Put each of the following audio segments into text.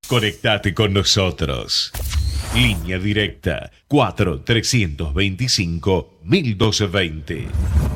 Conectate con nosotros. Línea directa 4-325-1220.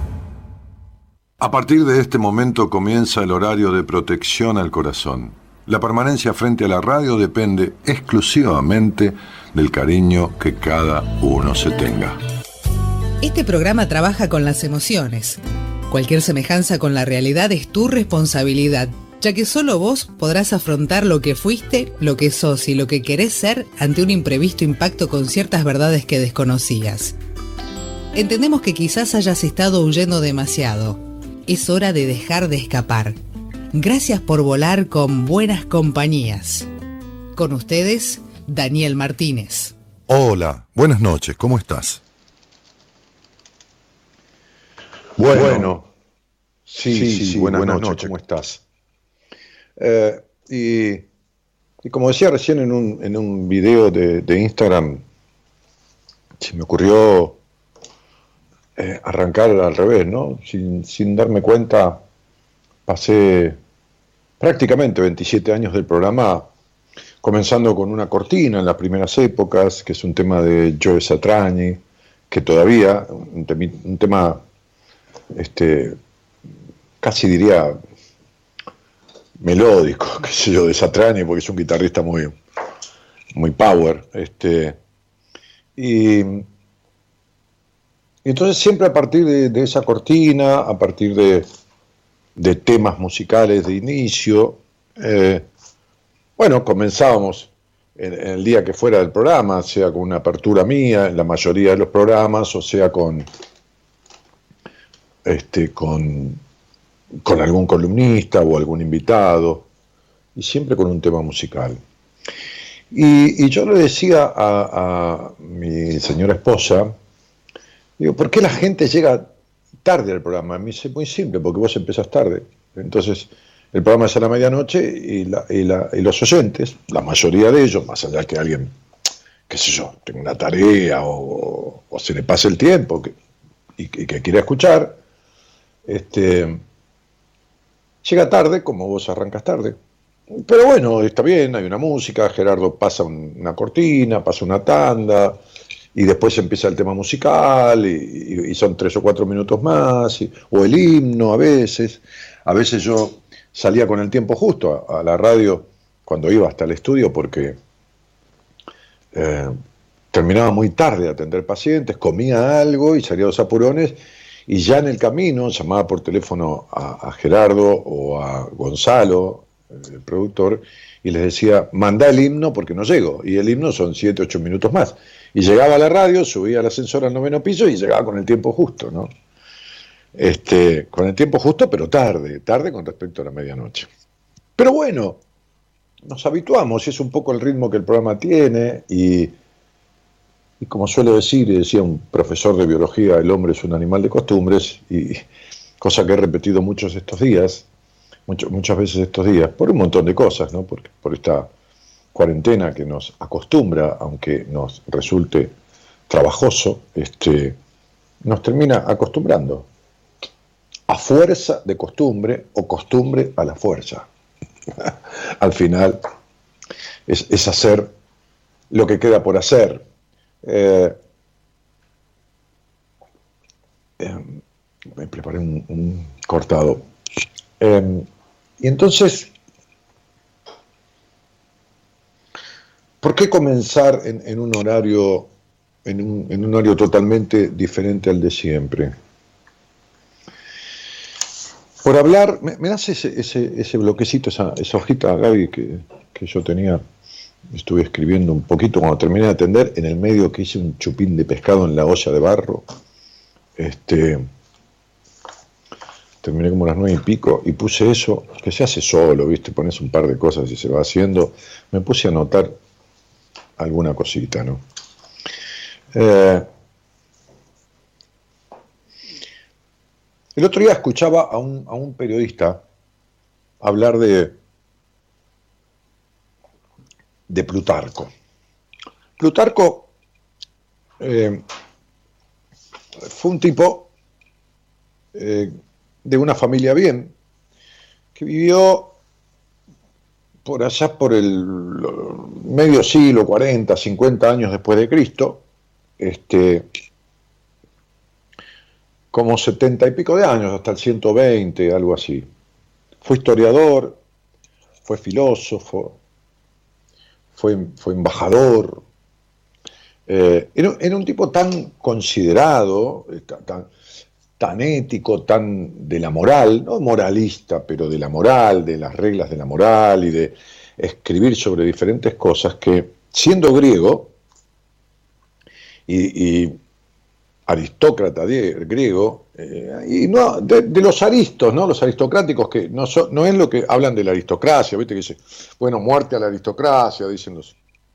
A partir de este momento comienza el horario de protección al corazón. La permanencia frente a la radio depende exclusivamente del cariño que cada uno se tenga. Este programa trabaja con las emociones. Cualquier semejanza con la realidad es tu responsabilidad, ya que solo vos podrás afrontar lo que fuiste, lo que sos y lo que querés ser ante un imprevisto impacto con ciertas verdades que desconocías. Entendemos que quizás hayas estado huyendo demasiado. Es hora de dejar de escapar. Gracias por volar con buenas compañías. Con ustedes, Daniel Martínez. Hola, buenas noches, ¿cómo estás? Bueno, sí, buenas noches, ¿cómo estás? Y como decía recién en un video de Instagram, se me ocurrió arrancar al revés, ¿no? Sin darme cuenta, pasé prácticamente 27 años del programa, comenzando con una cortina en las primeras épocas, que es un tema de Joe Satriani, que todavía, un tema, casi diría melódico, qué sé yo, de Satriani, porque es un guitarrista muy power, y entonces siempre a partir de esa cortina, a partir de temas musicales de inicio, comenzábamos en el día que fuera del programa, sea con una apertura mía en la mayoría de los programas, o sea con algún columnista o algún invitado, y siempre con un tema musical. Y yo le decía a mi señora esposa, digo, ¿por qué la gente llega tarde al programa? Me dice, muy simple, porque vos empezás tarde. Entonces, el programa es a la medianoche y los oyentes, la mayoría de ellos, más allá que alguien, qué sé yo, tenga una tarea o se le pase el tiempo y que quiera escuchar, llega tarde, como vos arrancas tarde. Pero bueno, está bien, hay una música, Gerardo pasa una cortina, pasa una tanda, y después empieza el tema musical, y son 3 o 4 minutos más, o el himno a veces. A veces yo salía con el tiempo justo a la radio cuando iba hasta el estudio, porque terminaba muy tarde de atender pacientes, comía algo y salía a los apurones, y ya en el camino llamaba por teléfono a Gerardo o a Gonzalo, el productor, y les decía, mandá el himno porque no llego. Y el himno son 7, 8 minutos más. Y llegaba a la radio, subía al ascensor al 9º piso y llegaba con el tiempo justo, ¿no? Con el tiempo justo, pero tarde con respecto a la medianoche. Pero bueno, nos habituamos, y es un poco el ritmo que el programa tiene, y como suelo decir, y decía un profesor de biología, el hombre es un animal de costumbres, y cosa que he repetido muchas veces estos días, por un montón de cosas, ¿no? Por esta cuarentena que nos acostumbra, aunque nos resulte trabajoso, nos termina acostumbrando a fuerza de costumbre o costumbre a la fuerza. Al final es hacer lo que queda por hacer. Me preparé un cortado. Y entonces, ¿por qué comenzar en un horario totalmente diferente al de siempre? Por hablar, ¿me das ese bloquecito, esa hojita, Gaby, que yo tenía? Estuve escribiendo un poquito cuando terminé de atender, en el medio que hice un chupín de pescado en la olla de barro. Terminé como a las 9:00 y puse eso, que se hace solo, ¿viste? Pones un par de cosas y se va haciendo. Me puse a anotar alguna cosita, ¿no? El otro día escuchaba a un periodista hablar de Plutarco. Plutarco fue un tipo de una familia bien, que vivió por allá por el medio siglo, 40, 50 años después de Cristo, como 70 y pico de años, hasta el 120, algo así. Fue historiador, fue filósofo, fue embajador. Era un tipo tan considerado, tan ético, tan de la moral, no moralista, pero de la moral, de las reglas de la moral y de escribir sobre diferentes cosas, que siendo griego y aristócrata griego, y no de los aristos, ¿no? Los aristocráticos, que no es lo que hablan de la aristocracia, ¿viste? Que dice, bueno, muerte a la aristocracia, dicen los,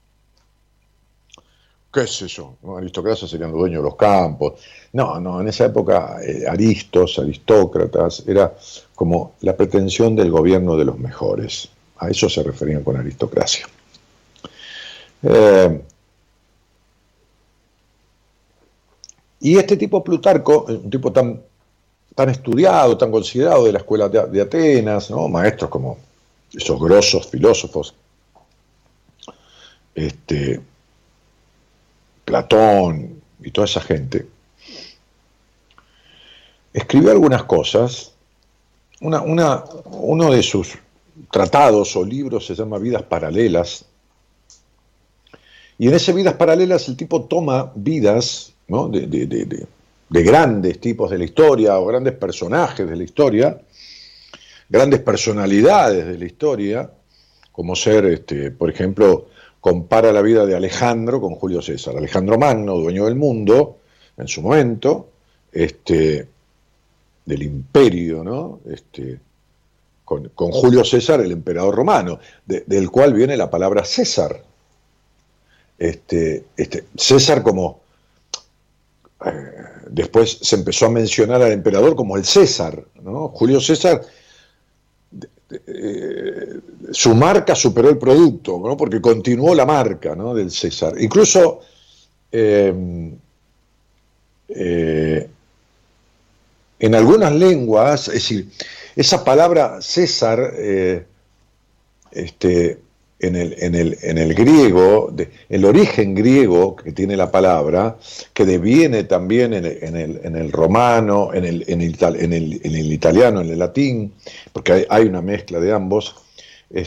qué sé yo, ¿no? Aristocracia serían los dueños de los campos. No, en esa época aristócratas, era como la pretensión del gobierno de los mejores. A eso se referían con aristocracia. Y este tipo Plutarco, un tipo tan estudiado, tan considerado de la escuela de Atenas, ¿no? Maestros como esos grosos filósofos, Platón y toda esa gente, escribió algunas cosas. Uno de sus tratados o libros se llama Vidas Paralelas, y en ese Vidas Paralelas el tipo toma vidas, ¿no? de grandes tipos de la historia o grandes personajes de la historia, grandes personalidades de la historia, como ser, por ejemplo, compara la vida de Alejandro con Julio César. Alejandro Magno, dueño del mundo, en su momento, del imperio, ¿no? Con Julio César, el emperador romano, del cual viene la palabra César. César como... después se empezó a mencionar al emperador como el César, ¿no? Julio César... su marca superó el producto, ¿no? Porque continuó la marca, ¿no? Del César. Incluso en algunas lenguas, es decir, esa palabra César, en el griego, el origen griego que tiene la palabra, que deviene también en el romano, en el italiano, en el latín, porque hay una mezcla de ambos, es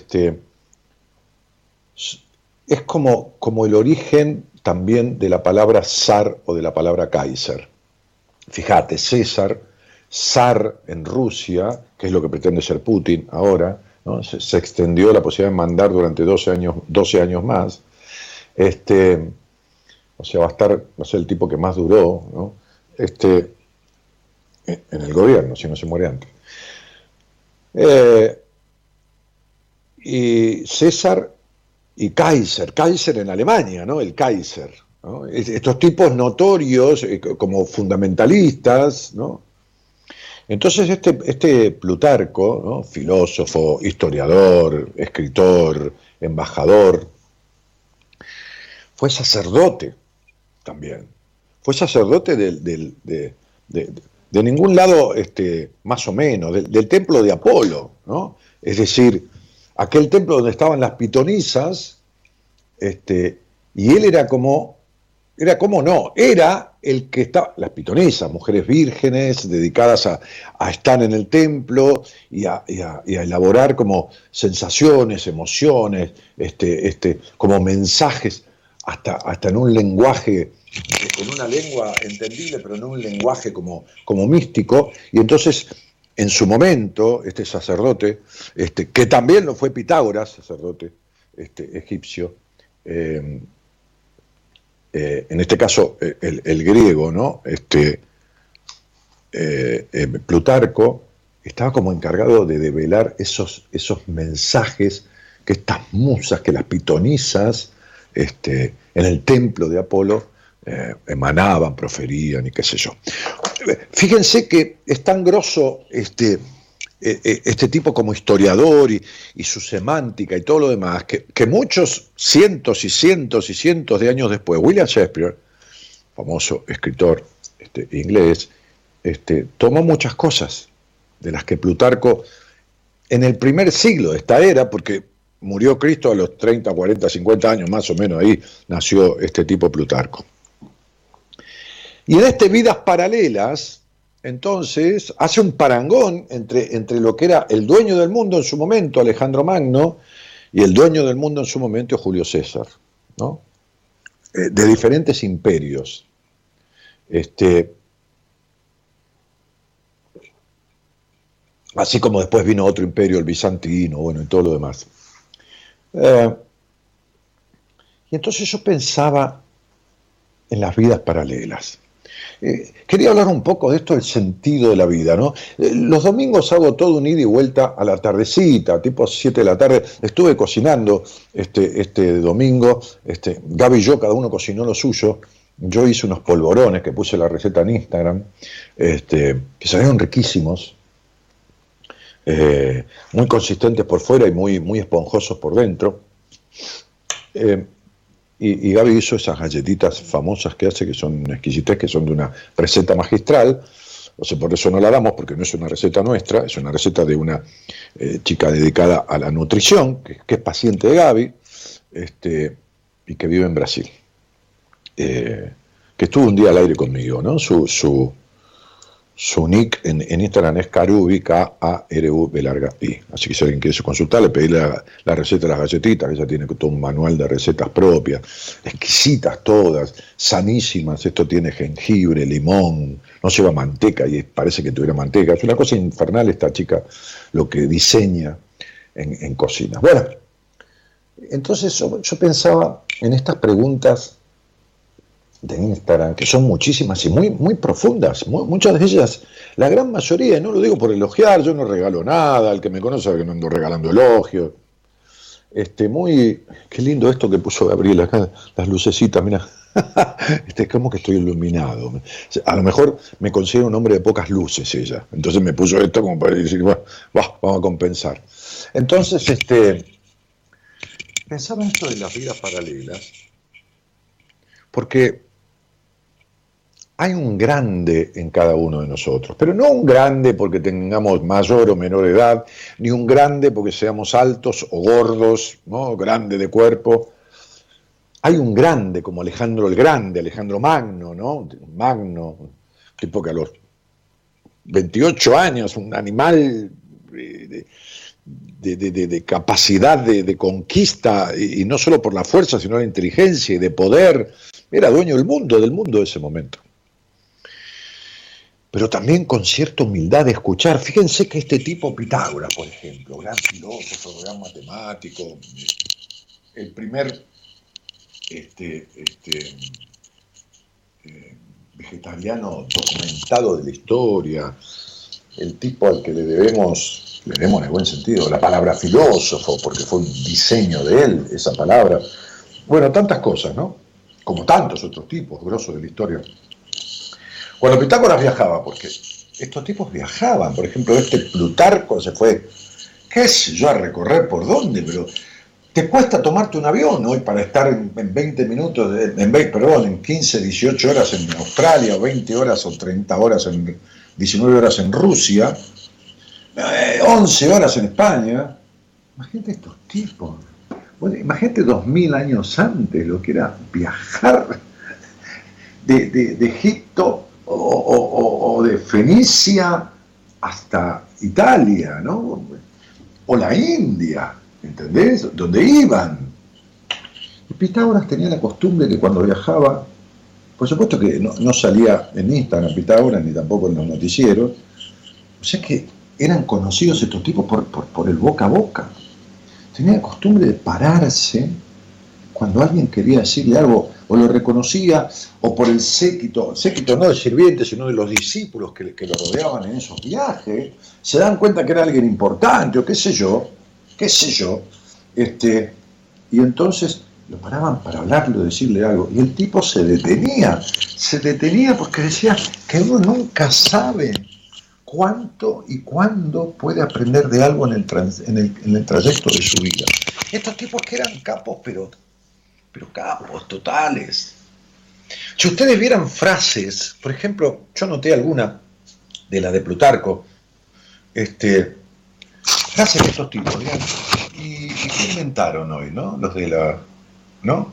como el origen también de la palabra zar o de la palabra Kaiser. Fíjate, César, zar en Rusia, que es lo que pretende ser Putin ahora, ¿no? Se extendió la posibilidad de mandar durante 12 años más. O sea, va a ser el tipo que más duró, ¿no? En el gobierno, si no se muere antes. Y César y Kaiser en Alemania, ¿no? El Kaiser, ¿no? Estos tipos notorios como fundamentalistas, ¿no? Entonces este Plutarco, ¿no? Filósofo, historiador, escritor, embajador, fue sacerdote también. Fue sacerdote de ningún lado, más o menos, del templo de Apolo, ¿no? Es decir, aquel templo donde estaban las pitonisas, y él era el que estaba, las pitonisas, mujeres vírgenes dedicadas a estar en el templo y a elaborar como sensaciones, emociones, como mensajes, hasta en un lenguaje, en una lengua entendible, pero en un lenguaje como místico. Y entonces, en su momento, este sacerdote, que también lo fue Pitágoras, sacerdote egipcio, en este caso el griego, ¿no? Plutarco estaba como encargado de develar esos mensajes que estas musas, que las pitonisas, en el templo de Apolo emanaban, proferían y qué sé yo. Fíjense que es tan grosso este tipo como historiador y su semántica y todo lo demás, que muchos cientos y cientos y cientos de años después, William Shakespeare, famoso escritor inglés, tomó muchas cosas de las que Plutarco en el primer siglo de esta era, porque murió Cristo a los 30, 40, 50 años, más o menos ahí nació este tipo Plutarco. Y en este Vidas Paralelas, entonces, hace un parangón entre lo que era el dueño del mundo en su momento, Alejandro Magno, y el dueño del mundo en su momento, Julio César, ¿no? De diferentes imperios. Así como después vino otro imperio, el bizantino, bueno, y todo lo demás. Y entonces yo pensaba en las vidas paralelas. Quería hablar un poco de esto, del sentido de la vida, ¿no? Los domingos hago todo un ida y vuelta a la tardecita, tipo 7 de la tarde. Estuve cocinando este domingo, Gaby y yo, cada uno cocinó lo suyo. Yo hice unos polvorones que puse la receta en Instagram, que salieron riquísimos, muy consistentes por fuera y muy esponjosos por dentro. Y Gaby hizo esas galletitas famosas que hace, que son exquisitas, que son de una receta magistral. O sea, por eso no la damos, porque no es una receta nuestra, es una receta de una chica dedicada a la nutrición, que es paciente de Gaby, y que vive en Brasil. Que estuvo un día al aire conmigo, ¿no? Su nick en Instagram es Karubi, K-A-R-U-B-I. Así que si alguien quiere consultarle, pedirle la receta de las galletitas, que ella tiene todo un manual de recetas propias, exquisitas todas, sanísimas. Esto tiene jengibre, limón, no lleva manteca y parece que tuviera manteca. Es una cosa infernal esta chica lo que diseña en cocina. Bueno, entonces yo pensaba en estas preguntas de Instagram, que son muchísimas y muy profundas, muchas de ellas, la gran mayoría, y no lo digo por elogiar, yo no regalo nada, el que me conoce sabe que no ando regalando elogios. Qué lindo esto que puso Gabriel acá, las lucecitas, mira, es como que estoy iluminado. A lo mejor me considero un hombre de pocas luces ella, entonces me puso esto como para decir, bueno, vamos a compensar. Entonces, pensaba en esto de las vidas paralelas, porque hay un grande en cada uno de nosotros, pero no un grande porque tengamos mayor o menor edad, ni un grande porque seamos altos o gordos, ¿no? Grande de cuerpo. Hay un grande como Alejandro el Grande, Alejandro Magno, ¿no? Magno, tipo que a los 28 años, un animal de capacidad de conquista, y no solo por la fuerza, sino la inteligencia y de poder, era dueño del mundo de ese momento. Pero también con cierta humildad de escuchar. Fíjense que este tipo, Pitágoras, por ejemplo, gran filósofo, gran matemático, el primer vegetariano documentado de la historia, el tipo al que le debemos en el buen sentido la palabra filósofo, porque fue un diseño de él, esa palabra. Bueno, tantas cosas, ¿no? Como tantos otros tipos grosos de la historia. Cuando Pitágoras viajaba, porque estos tipos viajaban, por ejemplo, Plutarco se fue, qué sé yo, a recorrer por dónde, pero te cuesta tomarte un avión hoy para estar en 20 minutos, en 15, 18 horas en Australia, o 20 horas o 30 horas, 19 horas en Rusia, 11 horas en España. Imagínate estos tipos. Bueno, imagínate 2000 años antes lo que era viajar de Egipto o de Fenicia hasta Italia, ¿no? O la India, ¿entendés? Donde iban. Y Pitágoras tenía la costumbre que cuando viajaba, por supuesto que no salía en Instagram Pitágoras, ni tampoco en los noticieros, o sea que eran conocidos estos tipos por el boca a boca. Tenía la costumbre de pararse cuando alguien quería decirle algo, o lo reconocía, o por el séquito no de sirvientes, sino de los discípulos que lo rodeaban en esos viajes, se dan cuenta que era alguien importante, o qué sé yo, y entonces lo paraban para hablarle o decirle algo, y el tipo se detenía porque decía que uno nunca sabe cuánto y cuándo puede aprender de algo en el trayecto de su vida. Estos tipos que eran capos, pero capos totales. Si ustedes vieran frases, por ejemplo, yo anoté alguna de la de Plutarco, frases de estos tipos, ¿verdad? Y tienen inventaron hoy, ¿no? Los de la... ¿no?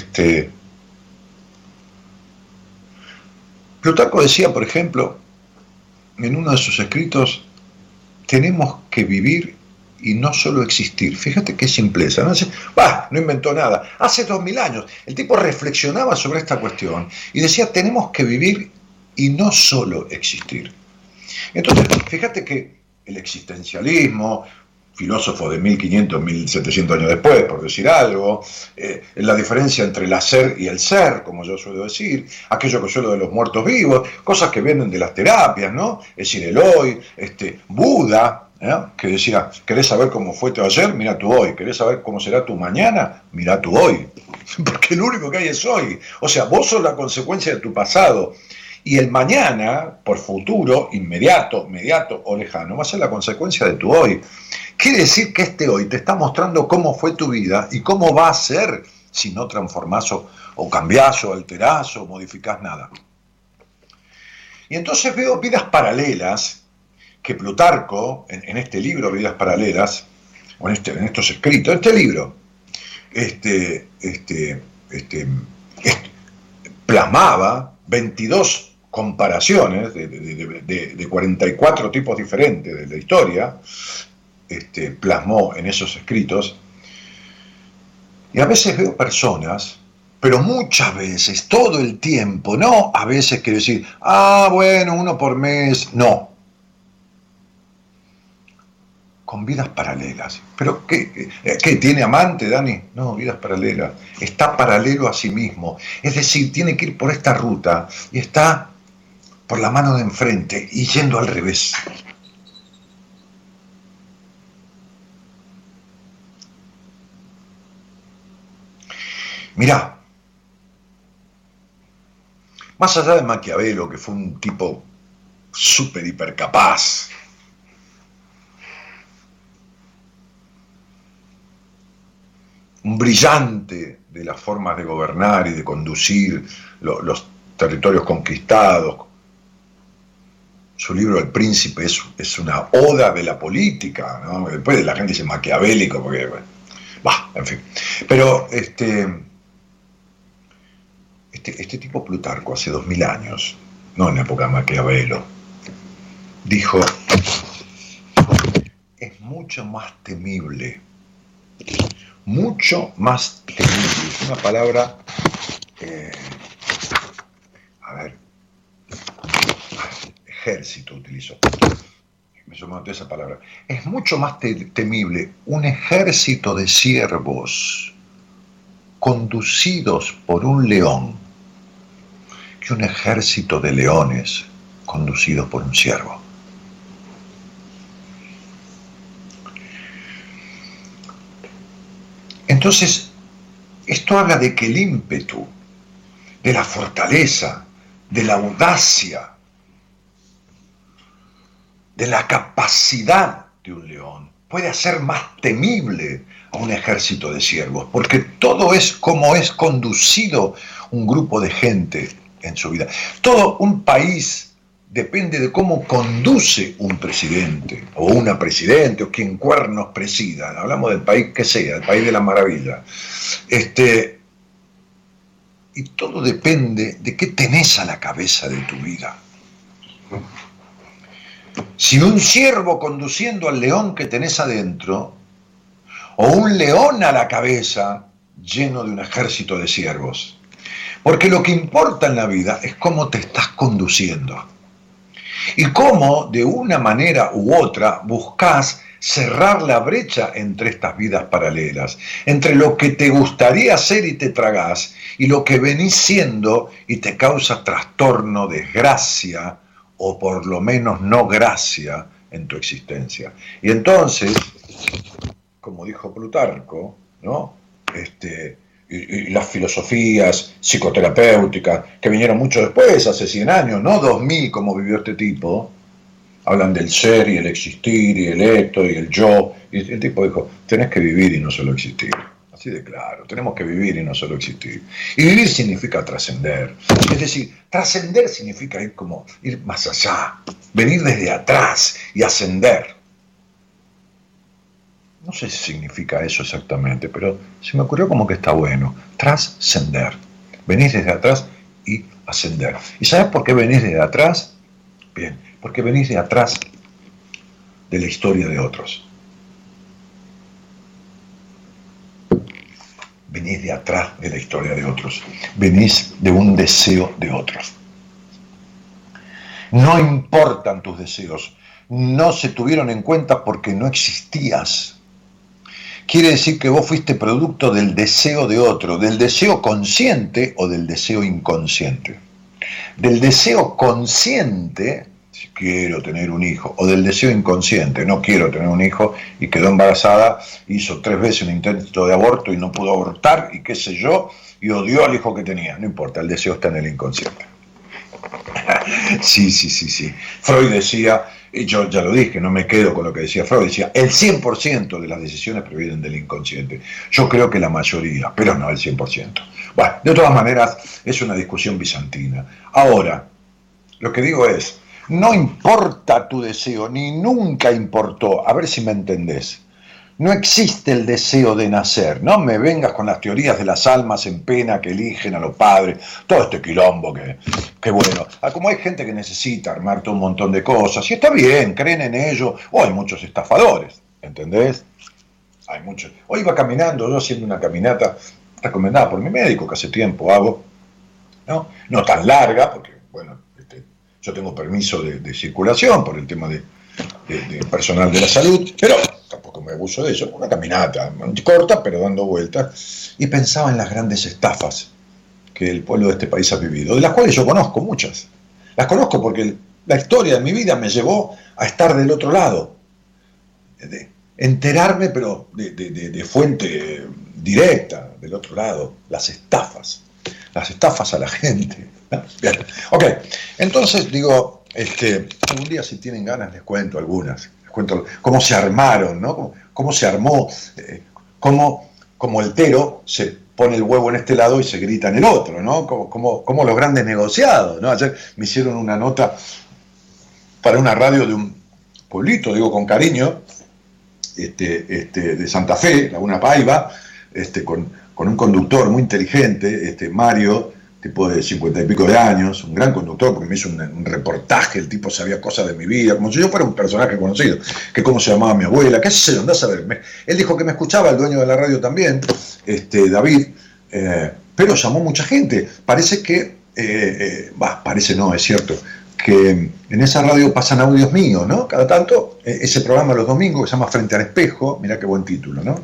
Plutarco decía, por ejemplo, en uno de sus escritos, tenemos que vivir y no solo existir. Fíjate qué simpleza, ¿no? No inventó nada. Hace 2000 años el tipo reflexionaba sobre esta cuestión y decía, tenemos que vivir y no solo existir. Entonces, fíjate que el existencialismo, filósofo de 1500, 1700 años después, por decir algo, la diferencia entre el hacer y el ser, como yo suelo decir, aquello que suelo de los muertos vivos, cosas que vienen de las terapias, ¿no? Es decir, el hoy, Buda, que decía, ¿querés saber cómo fue tu ayer? Mira tu hoy. ¿Querés saber cómo será tu mañana? Mira tu hoy. Porque lo único que hay es hoy. O sea, vos sos la consecuencia de tu pasado. Y el mañana, por futuro, inmediato, mediato o lejano, va a ser la consecuencia de tu hoy. Quiere decir que este hoy te está mostrando cómo fue tu vida y cómo va a ser si no transformás o cambiás o alterás o modificás nada. Y entonces veo vidas paralelas que Plutarco, en este libro, Vidas Paralelas, o en estos escritos, este libro, plasmaba 22 comparaciones de 44 tipos diferentes de la historia, plasmó en esos escritos, y a veces veo personas, pero muchas veces, todo el tiempo, no a veces quiero decir, bueno, uno por mes, no, con vidas paralelas. ¿Pero qué tiene amante, Dani? No, vidas paralelas. Está paralelo a sí mismo. Es decir, tiene que ir por esta ruta y está por la mano de enfrente y yendo al revés. Mirá, más allá de Maquiavelo, que fue un tipo súper hipercapaz, un brillante de las formas de gobernar y de conducir los territorios conquistados. Su libro El Príncipe es una oda de la política, ¿no? Después la gente dice maquiavélico, porque, en fin. Pero este tipo Plutarco, hace 2000 años, no en la época de Maquiavelo, dijo, es mucho más temible, es una palabra, ejército utilizo, me sumaste esa palabra, es mucho más temible un ejército de siervos conducidos por un león que un ejército de leones conducidos por un ciervo. Entonces, esto habla de que el ímpetu, de la fortaleza, de la audacia, de la capacidad de un león puede hacer más temible a un ejército de siervos, porque todo es como es conducido un grupo de gente en su vida. Todo un país depende de cómo conduce un presidente o una presidente o quien cuernos presida. Hablamos del país que sea, el país de la maravilla. Y todo depende de qué tenés a la cabeza de tu vida. Si un ciervo conduciendo al león que tenés adentro, o un león a la cabeza lleno de un ejército de siervos. Porque lo que importa en la vida es cómo te estás conduciendo. Y cómo, de una manera u otra, buscas cerrar la brecha entre estas vidas paralelas, entre lo que te gustaría hacer y te tragás, y lo que venís siendo y te causa trastorno, desgracia, o por lo menos no gracia en tu existencia. Y entonces, como dijo Plutarco, ¿no? Y las filosofías psicoterapéuticas que vinieron mucho después, hace 100 años, no 2000 como vivió este tipo, hablan del ser y el existir y el esto y el yo, y el tipo dijo, tenés que vivir y no solo existir. Así de claro, tenemos que vivir y no solo existir. Y vivir significa trascender. Es decir, trascender significa ir más allá, venir desde atrás y ascender. no sé si significa eso exactamente, pero se me ocurrió como que está bueno. Trascender. Venís desde atrás y ascender. ¿Y sabes por qué venís desde atrás? Bien, porque venís de atrás de la historia de otros. Venís de atrás de la historia de otros. Venís de un deseo de otros. No importan tus deseos. No se tuvieron en cuenta porque no existías. Quiere decir que vos fuiste producto del deseo de otro, del deseo consciente o del deseo inconsciente. Del deseo consciente, si quiero tener un hijo, o del deseo inconsciente, no quiero tener un hijo, y quedó embarazada, hizo 3 veces un intento de aborto y no pudo abortar, y qué sé yo, y odió al hijo que tenía. No importa, el deseo está en el inconsciente. Sí. Freud decía, y yo ya lo dije, no me quedo con lo que decía Freud, decía, el 100% de las decisiones provienen del inconsciente. Yo creo que la mayoría, pero no el 100%. Bueno, de todas maneras, es una discusión bizantina. Ahora, lo que digo es, no importa tu deseo, ni nunca importó, a ver si me entendés. No existe el deseo de nacer, no me vengas con las teorías de las almas en pena que eligen a los padres, todo este quilombo que bueno, como hay gente que necesita armar todo un montón de cosas, y está bien, creen en ello, o hay muchos estafadores, ¿entendés? Hay muchos. Hoy iba caminando, yo haciendo una caminata recomendada por mi médico, que hace tiempo hago, no tan larga, porque bueno, yo tengo permiso de circulación por el tema de personal de la salud, pero tampoco me abuso de eso, una caminata corta pero dando vueltas, y pensaba en las grandes estafas que el pueblo de este país ha vivido, de las cuales yo conozco muchas. Las conozco porque la historia de mi vida me llevó a estar del otro lado, de enterarme, pero de fuente directa, del otro lado, las estafas a la gente. Bien, ok, entonces digo, algún día si tienen ganas les cuento algunas. Cuento cómo se armaron, ¿no? Cómo se armó, cómo el tero se pone el huevo en este lado y se grita en el otro, ¿no? Como los grandes negociados, ¿no? Ayer me hicieron una nota para una radio de un pueblito, digo con cariño, de Santa Fe, Laguna Paiva, con un conductor muy inteligente, Mario, tipo de 50 y pico de años, un gran conductor, porque me hizo un reportaje, el tipo sabía cosas de mi vida, como si yo fuera un personaje conocido, que cómo se llamaba mi abuela, qué sé yo, andá a saber. Él dijo que me escuchaba, el dueño de la radio también, David, pero llamó mucha gente. Parece que, parece no, es cierto, que en esa radio pasan audios míos, ¿no? Cada tanto, ese programa los domingos que se llama Frente al Espejo, mirá qué buen título, ¿no?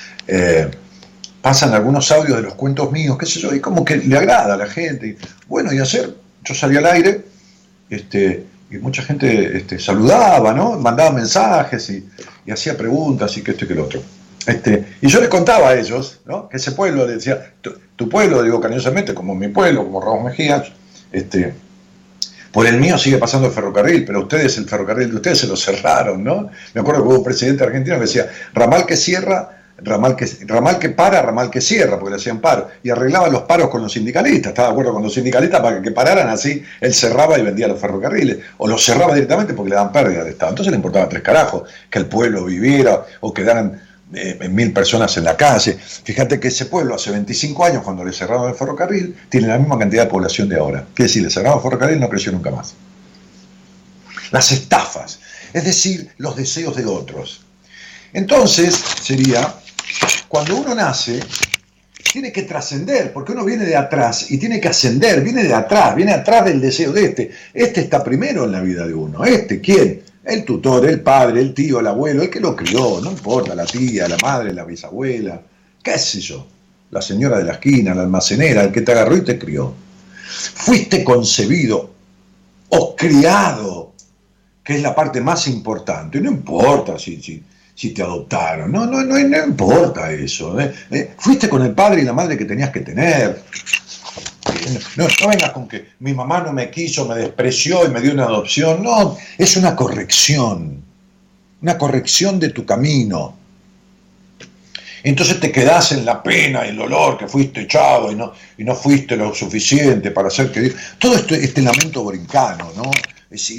Pasan algunos audios de los cuentos míos, qué sé yo, y como que le agrada a la gente. Y, bueno, y ayer yo salí al aire, y mucha gente saludaba, ¿no? Mandaba mensajes y hacía preguntas y que esto y que lo otro. Y yo les contaba a ellos, ¿no? Que ese pueblo, les decía, tu pueblo, digo cariñosamente, como mi pueblo, como Ramos Mejía, por el mío sigue pasando el ferrocarril, pero ustedes, el ferrocarril de ustedes se lo cerraron, ¿no? Me acuerdo que hubo un presidente argentino que decía, ramal que cierra, ramal que para, ramal que cierra, porque le hacían paro, y arreglaba los paros con los sindicalistas, estaba de acuerdo con los sindicalistas para que pararan, así él cerraba y vendía los ferrocarriles, o los cerraba directamente porque le daban pérdida al Estado. Entonces le importaba 3 carajos que el pueblo viviera o quedaran 1000 personas en la calle. Fíjate que ese pueblo hace 25 años, cuando le cerraron el ferrocarril, tiene la misma cantidad de población de ahora. Quiere decir, le cerraron el ferrocarril y no creció nunca más. Las estafas, es decir, los deseos de otros. Entonces sería, cuando uno nace, tiene que trascender, porque uno viene de atrás y tiene que ascender, viene atrás del deseo de este. Este está primero en la vida de uno. ¿Quién? El tutor, el padre, el tío, el abuelo, el que lo crió, no importa, la tía, la madre, la bisabuela, qué sé yo, la señora de la esquina, la almacenera, el que te agarró y te crió. Fuiste concebido o criado, que es la parte más importante, no importa si te adoptaron, no importa eso. Fuiste con el padre y la madre que tenías que tener. No vengas con que mi mamá no me quiso, me despreció y me dio una adopción. No, es una corrección de tu camino. Entonces te quedás en la pena y el dolor que fuiste echado y no fuiste lo suficiente para hacer que... Todo este lamento brincano, ¿no? Es decir,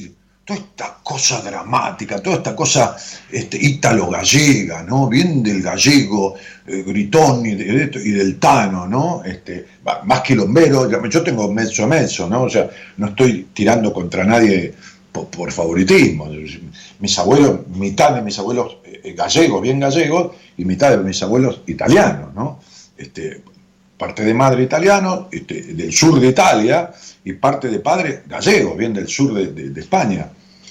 toda esta cosa dramática, toda esta cosa ítalo-gallega, ¿no? Bien del gallego, gritón y del tano, ¿no? Más quilombero, yo tengo mezzo a mezzo, ¿no? O sea, no estoy tirando contra nadie por favoritismo. Mis abuelos, mitad de mis abuelos gallegos, bien gallegos, y mitad de mis abuelos italianos, ¿no? Parte de madre italiano, del sur de Italia, y parte de padre gallego, bien del sur de España.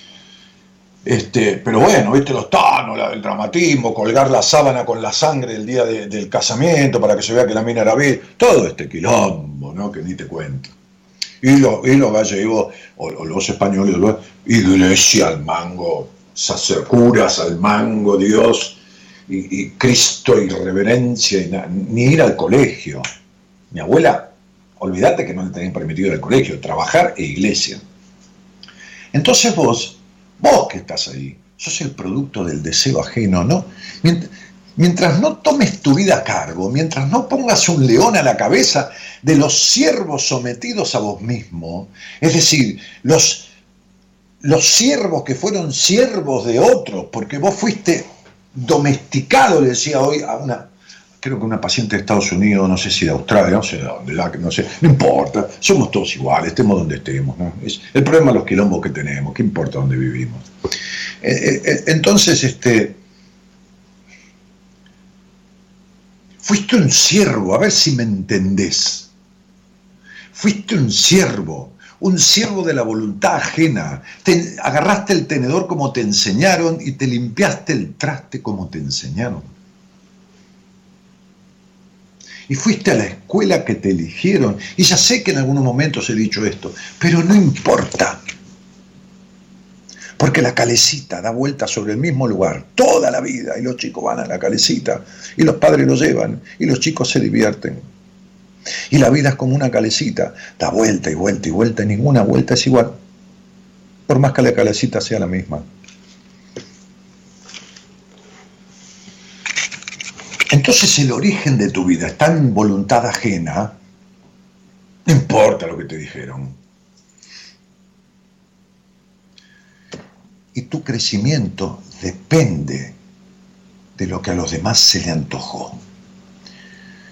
Pero bueno, viste los tanos, el dramatismo, colgar la sábana con la sangre el día del casamiento para que se vea que la mina era virgen, todo este quilombo, ¿no? Que ni te cuento. Y los gallegos, o los españoles, iglesia al mango, curas al mango, Dios, y Cristo y reverencia, ni ir al colegio. Mi abuela, olvídate que no le tenían permitido ir al colegio, trabajar e iglesia. Entonces vos que estás ahí, sos el producto del deseo ajeno, ¿no? Mientras no tomes tu vida a cargo, mientras no pongas un león a la cabeza de los siervos sometidos a vos mismo, es decir, los siervos que fueron siervos de otros, porque vos fuiste domesticado, le decía hoy a creo que una paciente de Estados Unidos, no sé si de Australia, no sé de dónde, no sé, no importa, somos todos iguales, estemos donde estemos, ¿no? Es el problema de los quilombos que tenemos, ¿qué importa dónde vivimos? Entonces, fuiste un siervo, a ver si me entendés. Fuiste un siervo de la voluntad ajena. Agarraste el tenedor como te enseñaron y te limpiaste el traste como te enseñaron. Y fuiste a la escuela que te eligieron. Y ya sé que en algunos momentos he dicho esto, pero no importa. Porque la calecita da vuelta sobre el mismo lugar toda la vida, y los chicos van a la calecita, y los padres lo llevan, y los chicos se divierten. Y la vida es como una calecita, da vuelta y vuelta y vuelta, y ninguna vuelta es igual, por más que la calecita sea la misma. Entonces el origen de tu vida está en voluntad ajena, no importa lo que te dijeron. Y tu crecimiento depende de lo que a los demás se le antojó.